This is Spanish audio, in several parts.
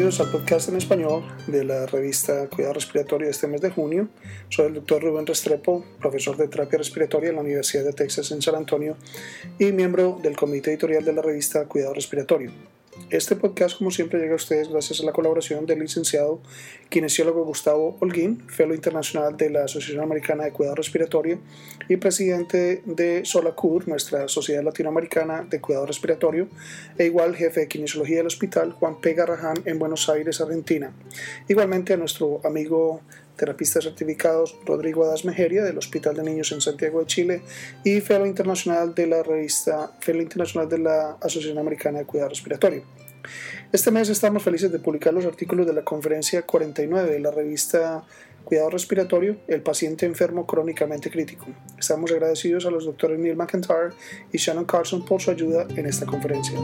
Bienvenidos al podcast en español de la revista Cuidado Respiratorio de este mes de junio. Soy el Dr. Rubén Restrepo, profesor de terapia respiratoria en la Universidad de Texas en San Antonio y miembro del comité editorial de la revista Cuidado Respiratorio. Este podcast, como siempre, llega a ustedes gracias a la colaboración del licenciado kinesiólogo Gustavo Holguín, fellow internacional de la Asociación Americana de Cuidado Respiratorio y presidente de SOLACUR, nuestra Sociedad Latinoamericana de Cuidado Respiratorio, e igual jefe de kinesiología del Hospital Juan P. Garrahan en Buenos Aires, Argentina. Igualmente a nuestro amigo terapista certificados Rodrigo Adás Mejeria del Hospital de Niños en Santiago de Chile y fellow internacional de la Asociación Americana de Cuidado Respiratorio. Este mes estamos felices de publicar los artículos de la conferencia 49 de la revista Cuidado Respiratorio, el paciente enfermo crónicamente crítico. Estamos agradecidos a los doctores Neil McIntyre y Shannon Carlson por su ayuda en esta conferencia.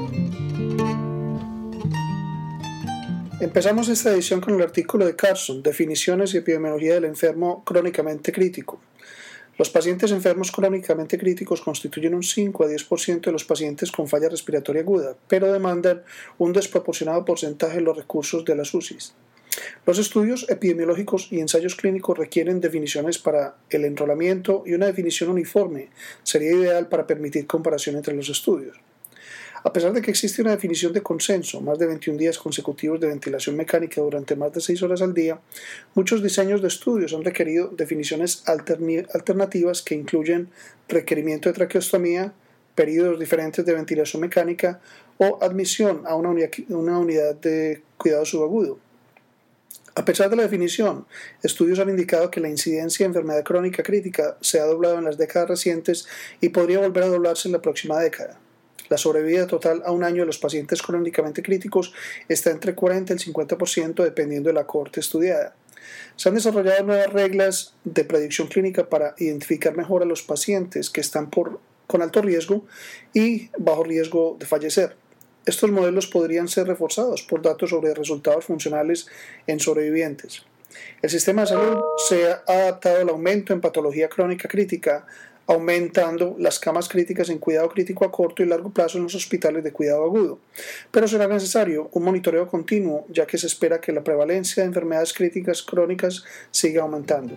Empezamos esta edición con el artículo de Carlson, Definiciones y epidemiología del enfermo crónicamente crítico. Los pacientes enfermos crónicamente críticos constituyen un 5 a 10% de los pacientes con falla respiratoria aguda, pero demandan un desproporcionado porcentaje de los recursos de las UCIs. Los estudios epidemiológicos y ensayos clínicos requieren definiciones para el enrolamiento y una definición uniforme sería ideal para permitir comparación entre los estudios. A pesar de que existe una definición de consenso, más de 21 días consecutivos de ventilación mecánica durante más de 6 horas al día, muchos diseños de estudios han requerido definiciones alternativas que incluyen requerimiento de traqueostomía, periodos diferentes de ventilación mecánica o admisión a una unidad de cuidado subagudo. A pesar de la definición, estudios han indicado que la incidencia de enfermedad crónica crítica se ha doblado en las décadas recientes y podría volver a doblarse en la próxima década. La sobrevida total a un año de los pacientes crónicamente críticos está entre 40 y el 50% dependiendo de la cohorte estudiada. Se han desarrollado nuevas reglas de predicción clínica para identificar mejor a los pacientes que están con alto riesgo y bajo riesgo de fallecer. Estos modelos podrían ser reforzados por datos sobre resultados funcionales en sobrevivientes. El sistema de salud se ha adaptado al aumento en patología crónica crítica, aumentando las camas críticas en cuidado crítico a corto y largo plazo en los hospitales de cuidado agudo. Pero será necesario un monitoreo continuo, ya que se espera que la prevalencia de enfermedades críticas crónicas siga aumentando.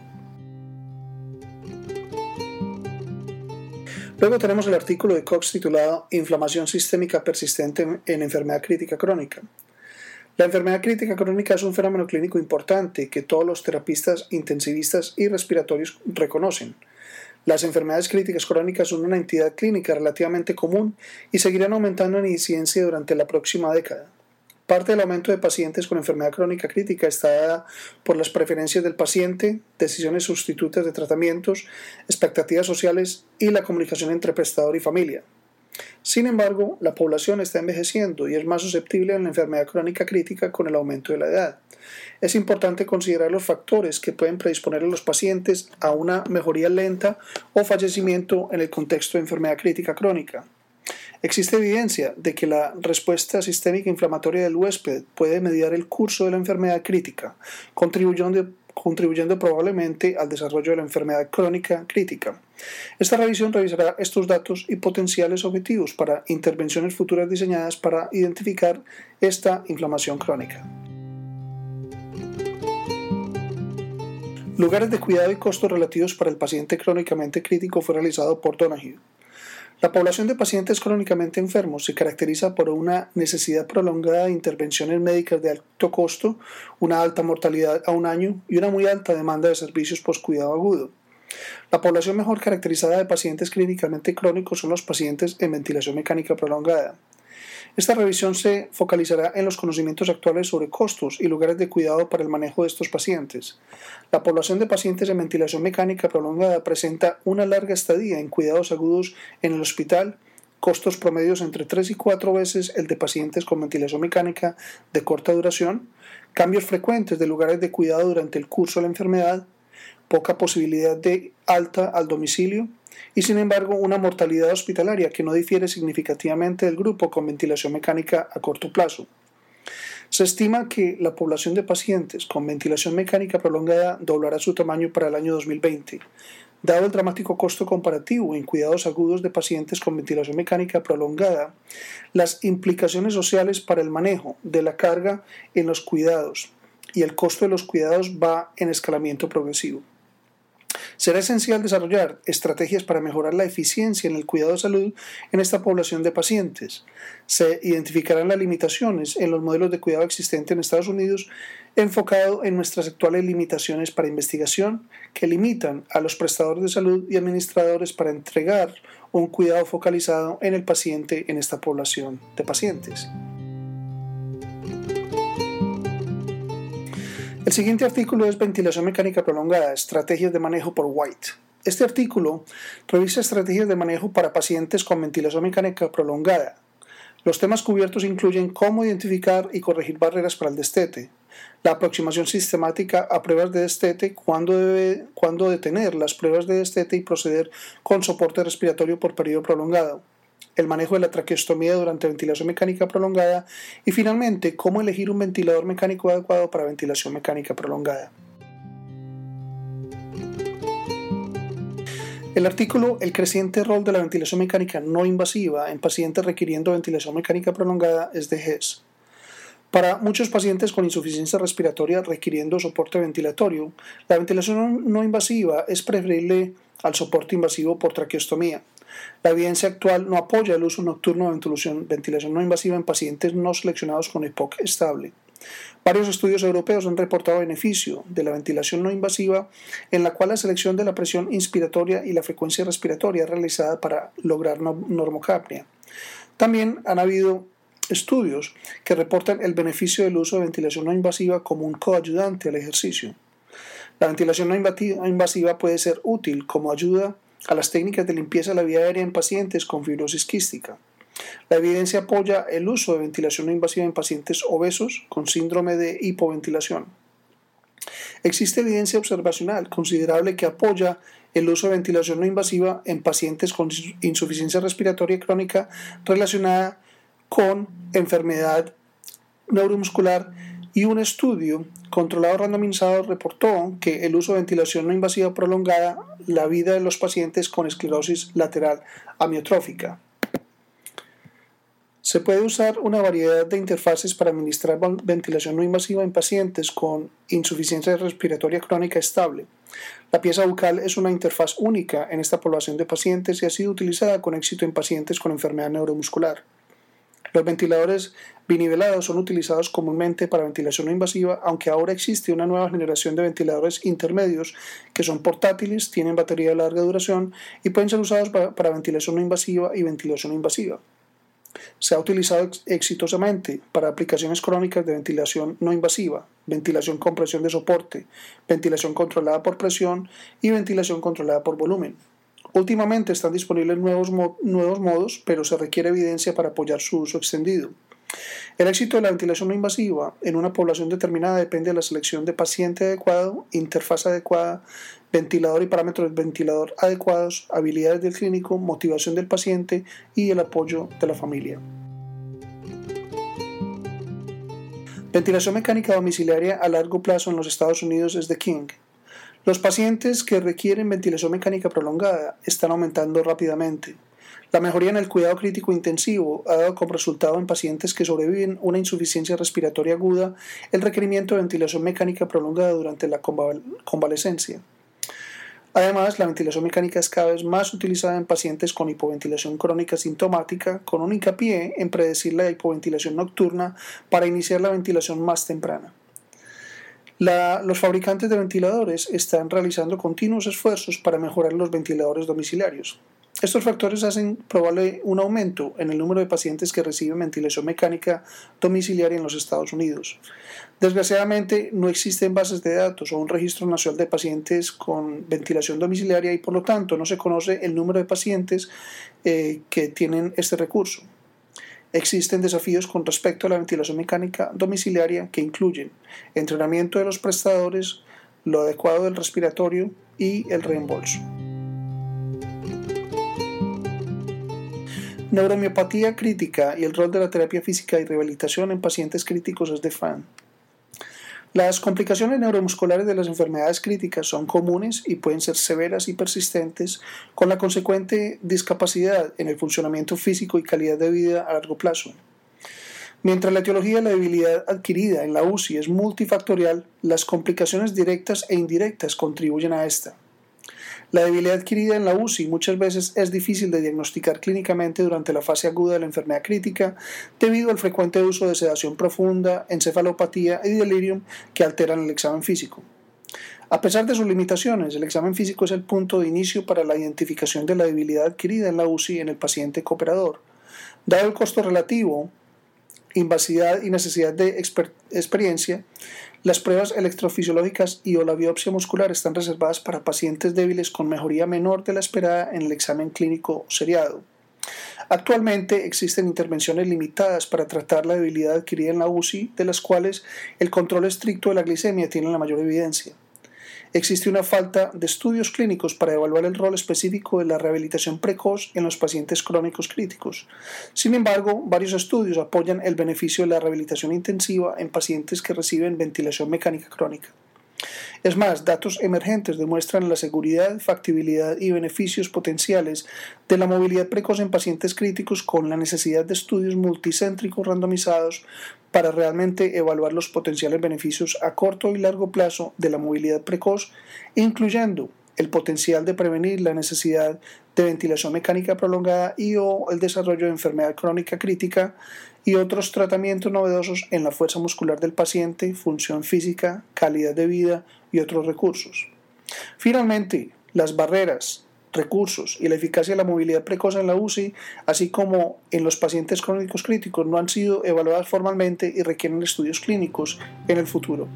Luego tenemos el artículo de Cox titulado Inflamación sistémica persistente en enfermedad crítica crónica. La enfermedad crítica crónica es un fenómeno clínico importante que todos los terapistas intensivistas y respiratorios reconocen. Las enfermedades críticas crónicas son una entidad clínica relativamente común y seguirán aumentando en incidencia durante la próxima década. Parte del aumento de pacientes con enfermedad crónica crítica está dada por las preferencias del paciente, decisiones sustitutas de tratamientos, expectativas sociales y la comunicación entre prestador y familia. Sin embargo, la población está envejeciendo y es más susceptible a la enfermedad crónica crítica con el aumento de la edad. Es importante considerar los factores que pueden predisponer a los pacientes a una mejoría lenta o fallecimiento en el contexto de enfermedad crítica crónica. Existe evidencia de que la respuesta sistémica inflamatoria del huésped puede mediar el curso de la enfermedad crítica, contribuyendo probablemente al desarrollo de la enfermedad crónica crítica. Esta revisión revisará estos datos y potenciales objetivos para intervenciones futuras diseñadas para identificar esta inflamación crónica. Lugares de cuidado y costos relativos para el paciente crónicamente crítico fue realizado por Donahue. La población de pacientes crónicamente enfermos se caracteriza por una necesidad prolongada de intervenciones médicas de alto costo, una alta mortalidad a un año y una muy alta demanda de servicios postcuidado agudo. La población mejor caracterizada de pacientes clínicamente crónicos son los pacientes en ventilación mecánica prolongada. Esta revisión se focalizará en los conocimientos actuales sobre costos y lugares de cuidado para el manejo de estos pacientes. La población de pacientes en ventilación mecánica prolongada presenta una larga estadía en cuidados agudos en el hospital, costos promedios entre 3 y 4 veces el de pacientes con ventilación mecánica de corta duración, cambios frecuentes de lugares de cuidado durante el curso de la enfermedad, poca posibilidad de alta al domicilio, y sin embargo una mortalidad hospitalaria que no difiere significativamente del grupo con ventilación mecánica a corto plazo. Se estima que la población de pacientes con ventilación mecánica prolongada doblará su tamaño para el año 2020. Dado el dramático costo comparativo en cuidados agudos de pacientes con ventilación mecánica prolongada, las implicaciones sociales para el manejo de la carga en los cuidados y el costo de los cuidados va en escalamiento progresivo. Será esencial desarrollar estrategias para mejorar la eficiencia en el cuidado de salud en esta población de pacientes. Se identificarán las limitaciones en los modelos de cuidado existentes en Estados Unidos, enfocado en nuestras actuales limitaciones para investigación que limitan a los prestadores de salud y administradores para entregar un cuidado focalizado en el paciente en esta población de pacientes. El siguiente artículo es Ventilación mecánica prolongada, estrategias de manejo por White. Este artículo revisa estrategias de manejo para pacientes con ventilación mecánica prolongada. Los temas cubiertos incluyen cómo identificar y corregir barreras para el destete, la aproximación sistemática a pruebas de destete, cuándo detener las pruebas de destete y proceder con soporte respiratorio por periodo prolongado, el manejo de la traqueostomía durante ventilación mecánica prolongada y finalmente cómo elegir un ventilador mecánico adecuado para ventilación mecánica prolongada. El artículo El creciente rol de la ventilación mecánica no invasiva en pacientes requiriendo ventilación mecánica prolongada es de Hess. Para muchos pacientes con insuficiencia respiratoria requiriendo soporte ventilatorio, la ventilación no invasiva es preferible al soporte invasivo por traqueostomía. La evidencia actual no apoya el uso nocturno de ventilación no invasiva en pacientes no seleccionados con EPOC estable. Varios estudios europeos han reportado beneficio de la ventilación no invasiva, en la cual la selección de la presión inspiratoria y la frecuencia respiratoria es realizada para lograr normocapnia. También han habido estudios que reportan el beneficio del uso de ventilación no invasiva como un coayudante al ejercicio. La ventilación no invasiva puede ser útil como ayuda a las técnicas de limpieza de la vía aérea en pacientes con fibrosis quística. La evidencia apoya el uso de ventilación no invasiva en pacientes obesos con síndrome de hipoventilación. Existe evidencia observacional considerable que apoya el uso de ventilación no invasiva en pacientes con insuficiencia respiratoria crónica relacionada con enfermedad neuromuscular, y un estudio controlado randomizado reportó que el uso de ventilación no invasiva prolongada la vida de los pacientes con esclerosis lateral amiotrófica. Se puede usar una variedad de interfaces para administrar ventilación no invasiva en pacientes con insuficiencia respiratoria crónica estable. La pieza bucal es una interfaz única en esta población de pacientes y ha sido utilizada con éxito en pacientes con enfermedad neuromuscular. Los ventiladores binivelados son utilizados comúnmente para ventilación no invasiva, aunque ahora existe una nueva generación de ventiladores intermedios que son portátiles, tienen batería de larga duración y pueden ser usados para ventilación no invasiva y ventilación invasiva. Se ha utilizado exitosamente para aplicaciones crónicas de ventilación no invasiva, ventilación con presión de soporte, ventilación controlada por presión y ventilación controlada por volumen. Últimamente están disponibles nuevos modos, pero se requiere evidencia para apoyar su uso extendido. El éxito de la ventilación no invasiva en una población determinada depende de la selección de paciente adecuado, interfaz adecuada, ventilador y parámetros del ventilador adecuados, habilidades del clínico, motivación del paciente y el apoyo de la familia. Ventilación mecánica domiciliaria a largo plazo en los Estados Unidos es de King. Los pacientes que requieren ventilación mecánica prolongada están aumentando rápidamente. La mejoría en el cuidado crítico intensivo ha dado como resultado en pacientes que sobreviven una insuficiencia respiratoria aguda el requerimiento de ventilación mecánica prolongada durante la convalecencia. Además, la ventilación mecánica es cada vez más utilizada en pacientes con hipoventilación crónica sintomática, con un hincapié en predecir la hipoventilación nocturna para iniciar la ventilación más temprana. Los fabricantes de ventiladores están realizando continuos esfuerzos para mejorar los ventiladores domiciliarios. Estos factores hacen probable un aumento en el número de pacientes que reciben ventilación mecánica domiciliaria en los Estados Unidos. Desgraciadamente, no existen bases de datos o un registro nacional de pacientes con ventilación domiciliaria y por lo tanto no se conoce el número de pacientes que tienen este recurso. Existen desafíos con respecto a la ventilación mecánica domiciliaria que incluyen entrenamiento de los prestadores, lo adecuado del respiratorio y el reembolso. Neuromiopatía crítica y el rol de la terapia física y rehabilitación en pacientes críticos es de Fan. Las complicaciones neuromusculares de las enfermedades críticas son comunes y pueden ser severas y persistentes, con la consecuente discapacidad en el funcionamiento físico y calidad de vida a largo plazo. Mientras la etiología de la debilidad adquirida en la UCI es multifactorial, las complicaciones directas e indirectas contribuyen a esta. La debilidad adquirida en la UCI muchas veces es difícil de diagnosticar clínicamente durante la fase aguda de la enfermedad crítica debido al frecuente uso de sedación profunda, encefalopatía y delirium que alteran el examen físico. A pesar de sus limitaciones, el examen físico es el punto de inicio para la identificación de la debilidad adquirida en la UCI en el paciente cooperador. Dado el costo relativo, invasividad y necesidad de experiencia, las pruebas electrofisiológicas y o la biopsia muscular están reservadas para pacientes débiles con mejoría menor de la esperada en el examen clínico seriado. Actualmente existen intervenciones limitadas para tratar la debilidad adquirida en la UCI, de las cuales el control estricto de la glicemia tiene la mayor evidencia. Existe una falta de estudios clínicos para evaluar el rol específico de la rehabilitación precoz en los pacientes crónicos críticos. Sin embargo, varios estudios apoyan el beneficio de la rehabilitación intensiva en pacientes que reciben ventilación mecánica crónica. Es más, datos emergentes demuestran la seguridad, factibilidad y beneficios potenciales de la movilidad precoz en pacientes críticos con la necesidad de estudios multicéntricos randomizados para realmente evaluar los potenciales beneficios a corto y largo plazo de la movilidad precoz, incluyendo el potencial de prevenir la necesidad de ventilación mecánica prolongada y o el desarrollo de enfermedad crónica crítica y otros tratamientos novedosos en la fuerza muscular del paciente, función física, calidad de vida y otros recursos. Finalmente, las barreras, recursos y la eficacia de la movilidad precoz en la UCI, así como en los pacientes crónicos críticos, no han sido evaluadas formalmente y requieren estudios clínicos en el futuro.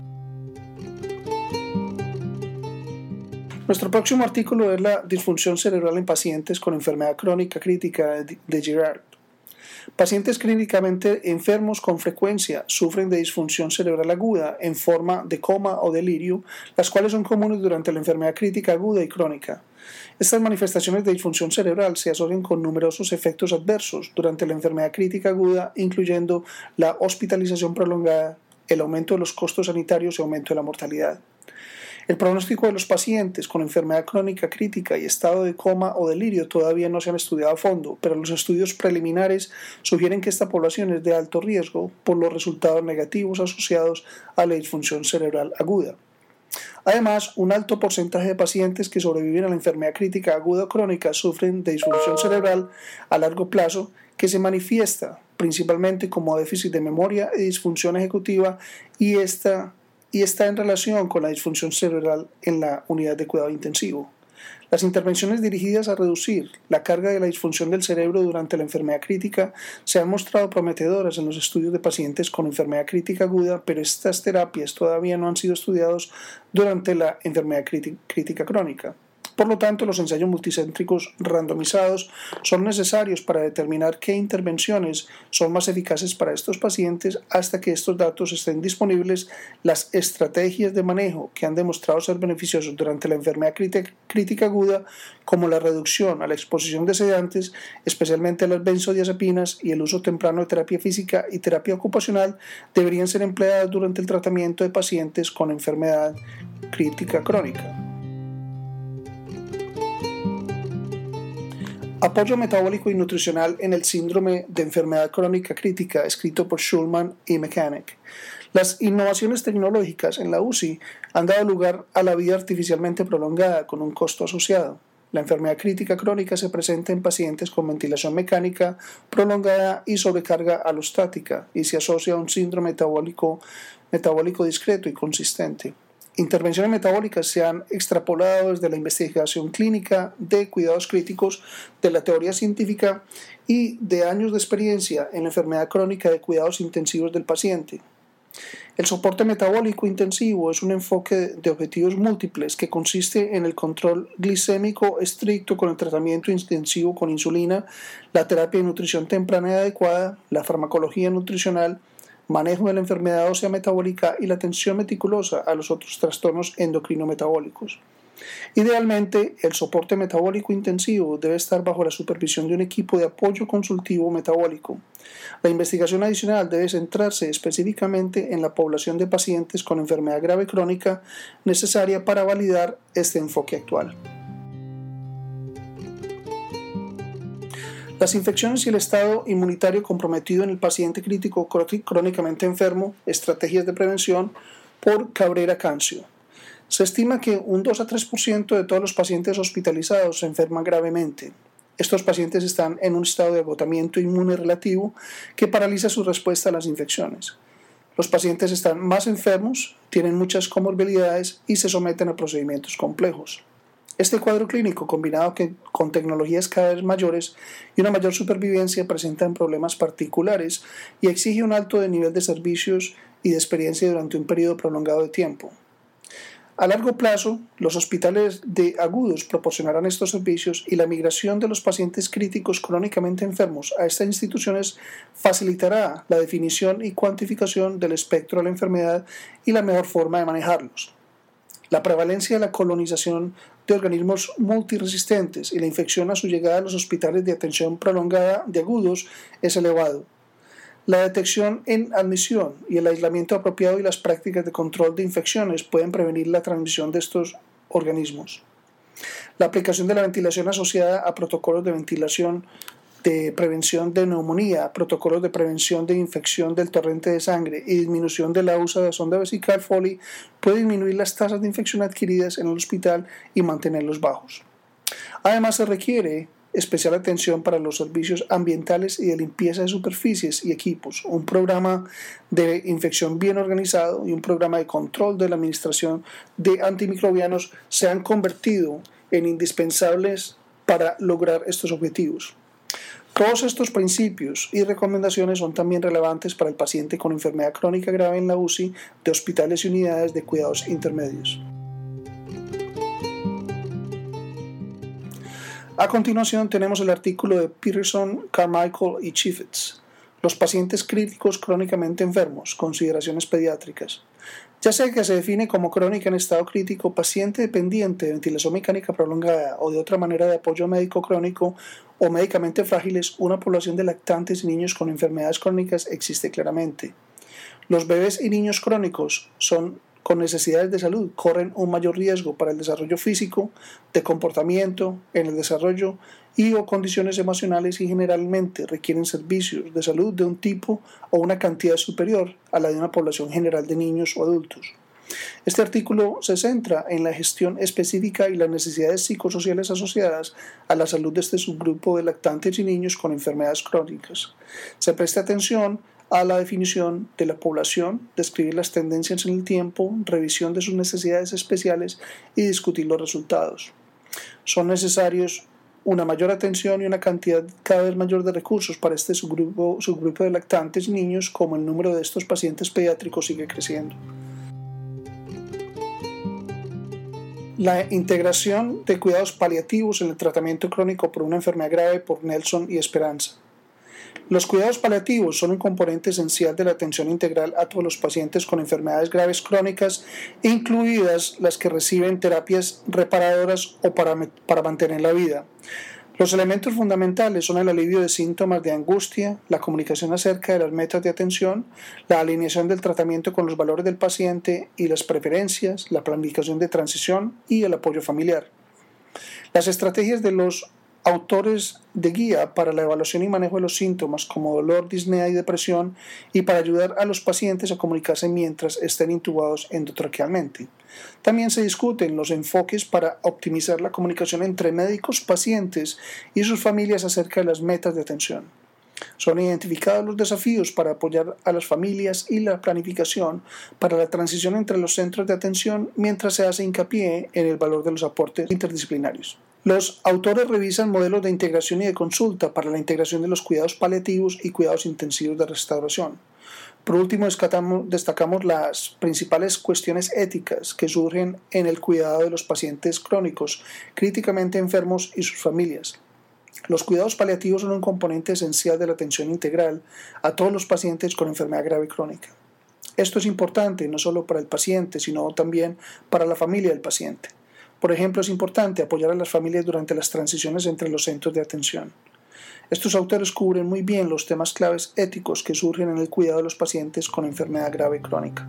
Nuestro próximo artículo es la disfunción cerebral en pacientes con enfermedad crónica crítica de Girard. Pacientes clínicamente enfermos con frecuencia sufren de disfunción cerebral aguda en forma de coma o delirio, las cuales son comunes durante la enfermedad crítica aguda y crónica. Estas manifestaciones de disfunción cerebral se asocian con numerosos efectos adversos durante la enfermedad crítica aguda, incluyendo la hospitalización prolongada, el aumento de los costos sanitarios y aumento de la mortalidad. El pronóstico de los pacientes con enfermedad crónica crítica y estado de coma o delirio todavía no se han estudiado a fondo, pero los estudios preliminares sugieren que esta población es de alto riesgo por los resultados negativos asociados a la disfunción cerebral aguda. Además, un alto porcentaje de pacientes que sobreviven a la enfermedad crítica aguda o crónica sufren de disfunción cerebral a largo plazo que se manifiesta principalmente como déficit de memoria y disfunción ejecutiva y está en relación con la disfunción cerebral en la unidad de cuidado intensivo. Las intervenciones dirigidas a reducir la carga de la disfunción del cerebro durante la enfermedad crítica se han mostrado prometedoras en los estudios de pacientes con enfermedad crítica aguda, pero estas terapias todavía no han sido estudiadas durante la enfermedad crítica crónica. Por lo tanto, los ensayos multicéntricos randomizados son necesarios para determinar qué intervenciones son más eficaces para estos pacientes. Hasta que estos datos estén disponibles, las estrategias de manejo que han demostrado ser beneficiosas durante la enfermedad crítica aguda, como la reducción a la exposición de sedantes, especialmente las benzodiazepinas, y el uso temprano de terapia física y terapia ocupacional, deberían ser empleadas durante el tratamiento de pacientes con enfermedad crítica crónica. Apoyo metabólico y nutricional en el síndrome de enfermedad crónica crítica, escrito por Schulman y Mechanic. Las innovaciones tecnológicas en la UCI han dado lugar a la vida artificialmente prolongada con un costo asociado. La enfermedad crítica crónica se presenta en pacientes con ventilación mecánica prolongada y sobrecarga alostática y se asocia a un síndrome metabólico discreto y consistente. Intervenciones metabólicas se han extrapolado desde la investigación clínica de cuidados críticos, de la teoría científica y de años de experiencia en la enfermedad crónica de cuidados intensivos del paciente. El soporte metabólico intensivo es un enfoque de objetivos múltiples que consiste en el control glicémico estricto con el tratamiento intensivo con insulina, la terapia de nutrición temprana y adecuada, la farmacología nutricional, manejo de la enfermedad ósea metabólica y la atención meticulosa a los otros trastornos endocrino-metabólicos. Idealmente, el soporte metabólico intensivo debe estar bajo la supervisión de un equipo de apoyo consultivo metabólico. La investigación adicional debe centrarse específicamente en la población de pacientes con enfermedad grave crónica necesaria para validar este enfoque actual. Las infecciones y el estado inmunitario comprometido en el paciente crítico crónicamente enfermo, estrategias de prevención por Cabrera Cancio. Se estima que un 2 a 3% de todos los pacientes hospitalizados se enferman gravemente. Estos pacientes están en un estado de agotamiento inmune relativo que paraliza su respuesta a las infecciones. Los pacientes están más enfermos, tienen muchas comorbilidades y se someten a procedimientos complejos. Este cuadro clínico, combinado con tecnologías cada vez mayores y una mayor supervivencia, presentan problemas particulares y exige un alto nivel de servicios y de experiencia durante un periodo prolongado de tiempo. A largo plazo, los hospitales de agudos proporcionarán estos servicios y la migración de los pacientes críticos crónicamente enfermos a estas instituciones facilitará la definición y cuantificación del espectro de la enfermedad y la mejor forma de manejarlos. La prevalencia de la colonización de organismos multiresistentes y la infección a su llegada a los hospitales de atención prolongada de agudos es elevado. La detección en admisión y el aislamiento apropiado y las prácticas de control de infecciones pueden prevenir la transmisión de estos organismos. La aplicación de la ventilación asociada a protocolos de ventilación de prevención de neumonía, protocolos de prevención de infección del torrente de sangre y disminución de la uso de sonda vesical Foley puede disminuir las tasas de infección adquiridas en el hospital y mantenerlos bajos. Además, se requiere especial atención para los servicios ambientales y de limpieza de superficies y equipos, un programa de infección bien organizado y un programa de control de la administración de antimicrobianos se han convertido en indispensables para lograr estos objetivos. Todos estos principios y recomendaciones son también relevantes para el paciente con enfermedad crónica grave en la UCI de hospitales y unidades de cuidados intermedios. A continuación tenemos el artículo de Peterson, Carmichael y Chaffetz, los pacientes críticos crónicamente enfermos, consideraciones pediátricas. Ya sea que se define como crónica en estado crítico, paciente dependiente de ventilación mecánica prolongada o de otra manera de apoyo médico crónico o médicamente frágiles, una población de lactantes y niños con enfermedades crónicas existe claramente. Los bebés y niños crónicos con necesidades de salud corren un mayor riesgo para el desarrollo físico, de comportamiento, en el desarrollo y o condiciones emocionales y generalmente requieren servicios de salud de un tipo o una cantidad superior a la de una población general de niños o adultos. Este artículo se centra en la gestión específica y las necesidades psicosociales asociadas a la salud de este subgrupo de lactantes y niños con enfermedades crónicas. Se presta atención a la definición de la población, describir las tendencias en el tiempo, revisión de sus necesidades especiales y discutir los resultados. Son necesarios una mayor atención y una cantidad cada vez mayor de recursos para este subgrupo de lactantes y niños, como el número de estos pacientes pediátricos sigue creciendo. La integración de cuidados paliativos en el tratamiento crónico por una enfermedad grave por Nelson y Esperanza. Los cuidados paliativos son un componente esencial de la atención integral a todos los pacientes con enfermedades graves crónicas, incluidas las que reciben terapias reparadoras o para mantener la vida. Los elementos fundamentales son el alivio de síntomas de angustia, la comunicación acerca de las metas de atención, la alineación del tratamiento con los valores del paciente y las preferencias, la planificación de transición y el apoyo familiar. Las estrategias de los autores de guía para la evaluación y manejo de los síntomas como dolor, disnea y depresión y para ayudar a los pacientes a comunicarse mientras estén intubados endotraquealmente. También se discuten los enfoques para optimizar la comunicación entre médicos, pacientes y sus familias acerca de las metas de atención. Son identificados los desafíos para apoyar a las familias y la planificación para la transición entre los centros de atención mientras se hace hincapié en el valor de los aportes interdisciplinarios. Los autores revisan modelos de integración y de consulta para la integración de los cuidados paliativos y cuidados intensivos de restauración. Por último, destacamos las principales cuestiones éticas que surgen en el cuidado de los pacientes crónicos, críticamente enfermos y sus familias. Los cuidados paliativos son un componente esencial de la atención integral a todos los pacientes con enfermedad grave crónica. Esto es importante no solo para el paciente, sino también para la familia del paciente. Por ejemplo, es importante apoyar a las familias durante las transiciones entre los centros de atención. Estos autores cubren muy bien los temas claves éticos que surgen en el cuidado de los pacientes con enfermedad grave crónica.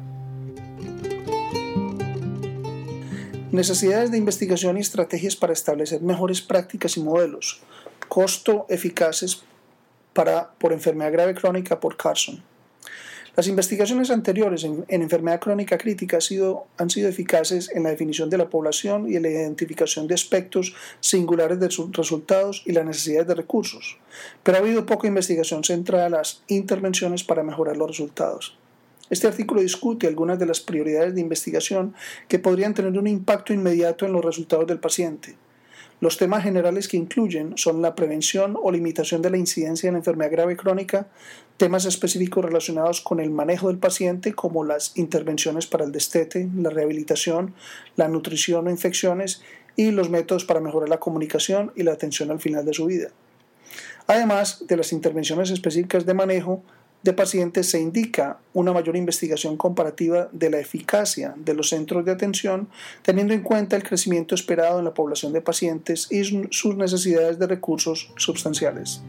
Necesidades de investigación y estrategias para establecer mejores prácticas y modelos, costo eficaces por enfermedad grave crónica por Carson. Las investigaciones anteriores en enfermedad crónica crítica han sido eficaces en la definición de la población y en la identificación de aspectos singulares de sus resultados y las necesidades de recursos, pero ha habido poca investigación centrada en las intervenciones para mejorar los resultados. Este artículo discute algunas de las prioridades de investigación que podrían tener un impacto inmediato en los resultados del paciente. Los temas generales que incluyen son la prevención o limitación de la incidencia de la enfermedad grave crónica, temas específicos relacionados con el manejo del paciente como las intervenciones para el destete, la rehabilitación, la nutrición o infecciones y los métodos para mejorar la comunicación y la atención al final de su vida. Además de las intervenciones específicas de manejo de pacientes, se indica una mayor investigación comparativa de la eficacia de los centros de atención, teniendo en cuenta el crecimiento esperado en la población de pacientes y sus necesidades de recursos sustanciales.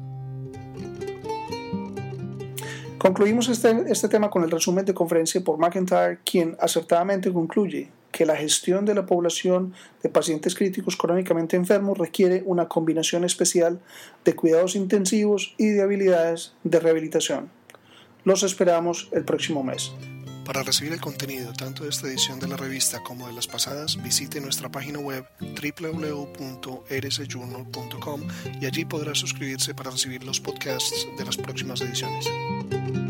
Concluimos este tema con el resumen de conferencia por McIntyre, quien acertadamente concluye que la gestión de la población de pacientes críticos crónicamente enfermos requiere una combinación especial de cuidados intensivos y de habilidades de rehabilitación. Los esperamos el próximo mes. Para recibir el contenido tanto de esta edición de la revista como de las pasadas, visite nuestra página web www.rsjournal.com y allí podrá suscribirse para recibir los podcasts de las próximas ediciones.